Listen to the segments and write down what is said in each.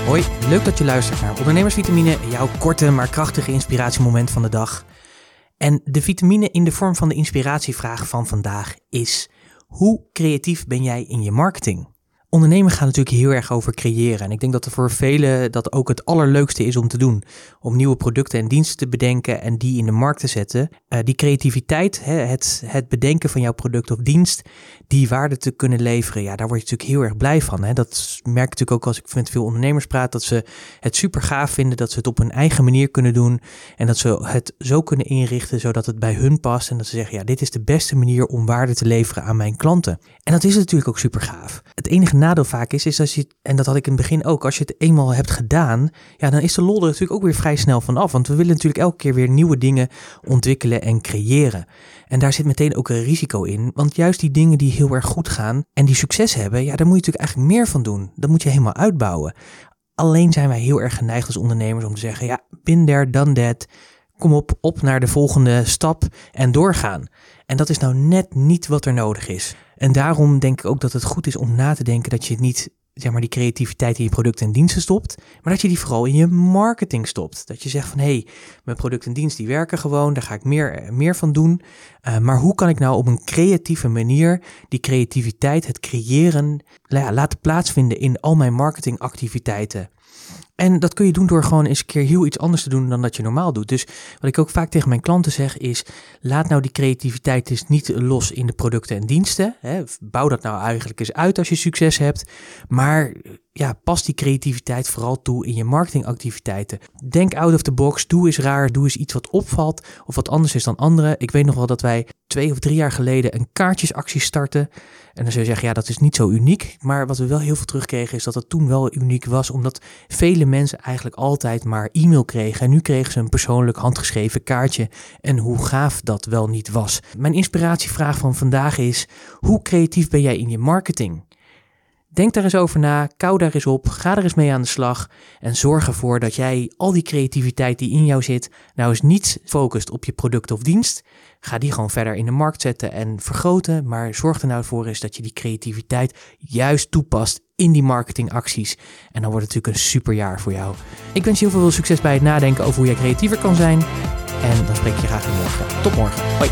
Hoi, leuk dat je luistert naar Ondernemersvitamine, jouw korte maar krachtige inspiratiemoment van de dag. En de vitamine in de vorm van de inspiratievraag van vandaag is: hoe creatief ben jij in je marketing? Ondernemen gaat natuurlijk heel erg over creëren. En ik denk dat er voor velen dat ook het allerleukste is om te doen. Om nieuwe producten en diensten te bedenken en die in de markt te zetten. Die creativiteit, het bedenken van jouw product of dienst, die waarde te kunnen leveren. Ja, daar word je natuurlijk heel erg blij van. Hè? Dat merk ik natuurlijk ook als ik met veel ondernemers praat. Dat ze het super gaaf vinden, dat ze het op hun eigen manier kunnen doen. En dat ze het zo kunnen inrichten zodat het bij hun past. En dat ze zeggen, ja, dit is de beste manier om waarde te leveren aan mijn klanten. En dat is natuurlijk ook super gaaf. Het enige nadeel vaak is als je, en dat had ik in het begin ook, als je het eenmaal hebt gedaan, ja, dan is de lol er natuurlijk ook weer vrij snel van af. Want we willen natuurlijk elke keer weer nieuwe dingen ontwikkelen en creëren. En daar zit meteen ook een risico in. Want juist die dingen die heel erg goed gaan en die succes hebben, ja, daar moet je natuurlijk eigenlijk meer van doen. Dat moet je helemaal uitbouwen. Alleen zijn wij heel erg geneigd als ondernemers om te zeggen, ja, been there, done that. Kom op naar de volgende stap en doorgaan. En dat is nou net niet wat er nodig is. En daarom denk ik ook dat het goed is om na te denken dat je het niet, zeg maar, die creativiteit in je producten en diensten stopt, maar dat je die vooral in je marketing stopt. Dat je zegt van, hey, mijn product en dienst die werken gewoon, daar ga ik meer van doen. Maar hoe kan ik nou op een creatieve manier die creativiteit, het creëren, laten plaatsvinden in al mijn marketingactiviteiten? En dat kun je doen door gewoon eens een keer heel iets anders te doen dan dat je normaal doet. Dus wat ik ook vaak tegen mijn klanten zeg is, laat nou die creativiteit dus niet los in de producten en diensten. Hè. Bouw dat nou eigenlijk eens uit als je succes hebt. Maar ja, pas die creativiteit vooral toe in je marketingactiviteiten. Denk out of the box, doe eens raar, doe eens iets wat opvalt of wat anders is dan anderen. Ik weet nog wel dat wij 2 of 3 jaar geleden een kaartjesactie startten. En dan zou je zeggen, ja, dat is niet zo uniek. Maar wat we wel heel veel terugkregen is dat het toen wel uniek was, omdat vele mensen eigenlijk altijd maar e-mail kregen. En nu kregen ze een persoonlijk handgeschreven kaartje. En hoe gaaf dat wel niet was. Mijn inspiratievraag van vandaag is, hoe creatief ben jij in je marketing? Denk daar eens over na, kou daar eens op, ga er eens mee aan de slag en zorg ervoor dat jij al die creativiteit die in jou zit nou eens niet focust op je product of dienst. Ga die gewoon verder in de markt zetten en vergroten, maar zorg er nou voor eens dat je die creativiteit juist toepast in die marketingacties. En dan wordt het natuurlijk een superjaar voor jou. Ik wens je heel veel succes bij het nadenken over hoe jij creatiever kan zijn en dan spreek ik je graag weer morgen. Tot morgen. Hoi.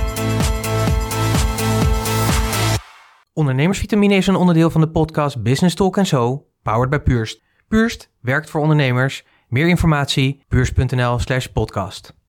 Ondernemersvitamine is een onderdeel van de podcast Business Talk & Zo, powered by Purst. Purst werkt voor ondernemers. Meer informatie, purst.nl/podcast.